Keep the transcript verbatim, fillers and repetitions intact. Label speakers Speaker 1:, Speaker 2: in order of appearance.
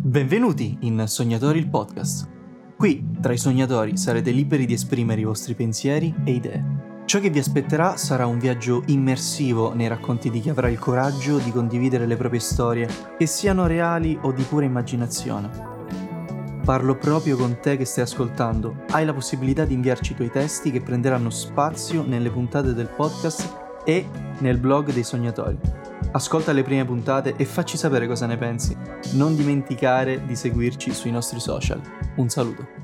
Speaker 1: Benvenuti in Sognatori il podcast. Qui, tra i sognatori, sarete liberi di esprimere i vostri pensieri e idee. Ciò che vi aspetterà sarà un viaggio immersivo nei racconti di chi avrà il coraggio di condividere le proprie storie, che siano reali o di pura immaginazione. Parlo proprio con te che stai ascoltando. Hai la possibilità di inviarci i tuoi testi che prenderanno spazio nelle puntate del podcast e nel blog dei sognatori. Ascolta le prime puntate e facci sapere cosa ne pensi. Non dimenticare di seguirci sui nostri social. Un saluto.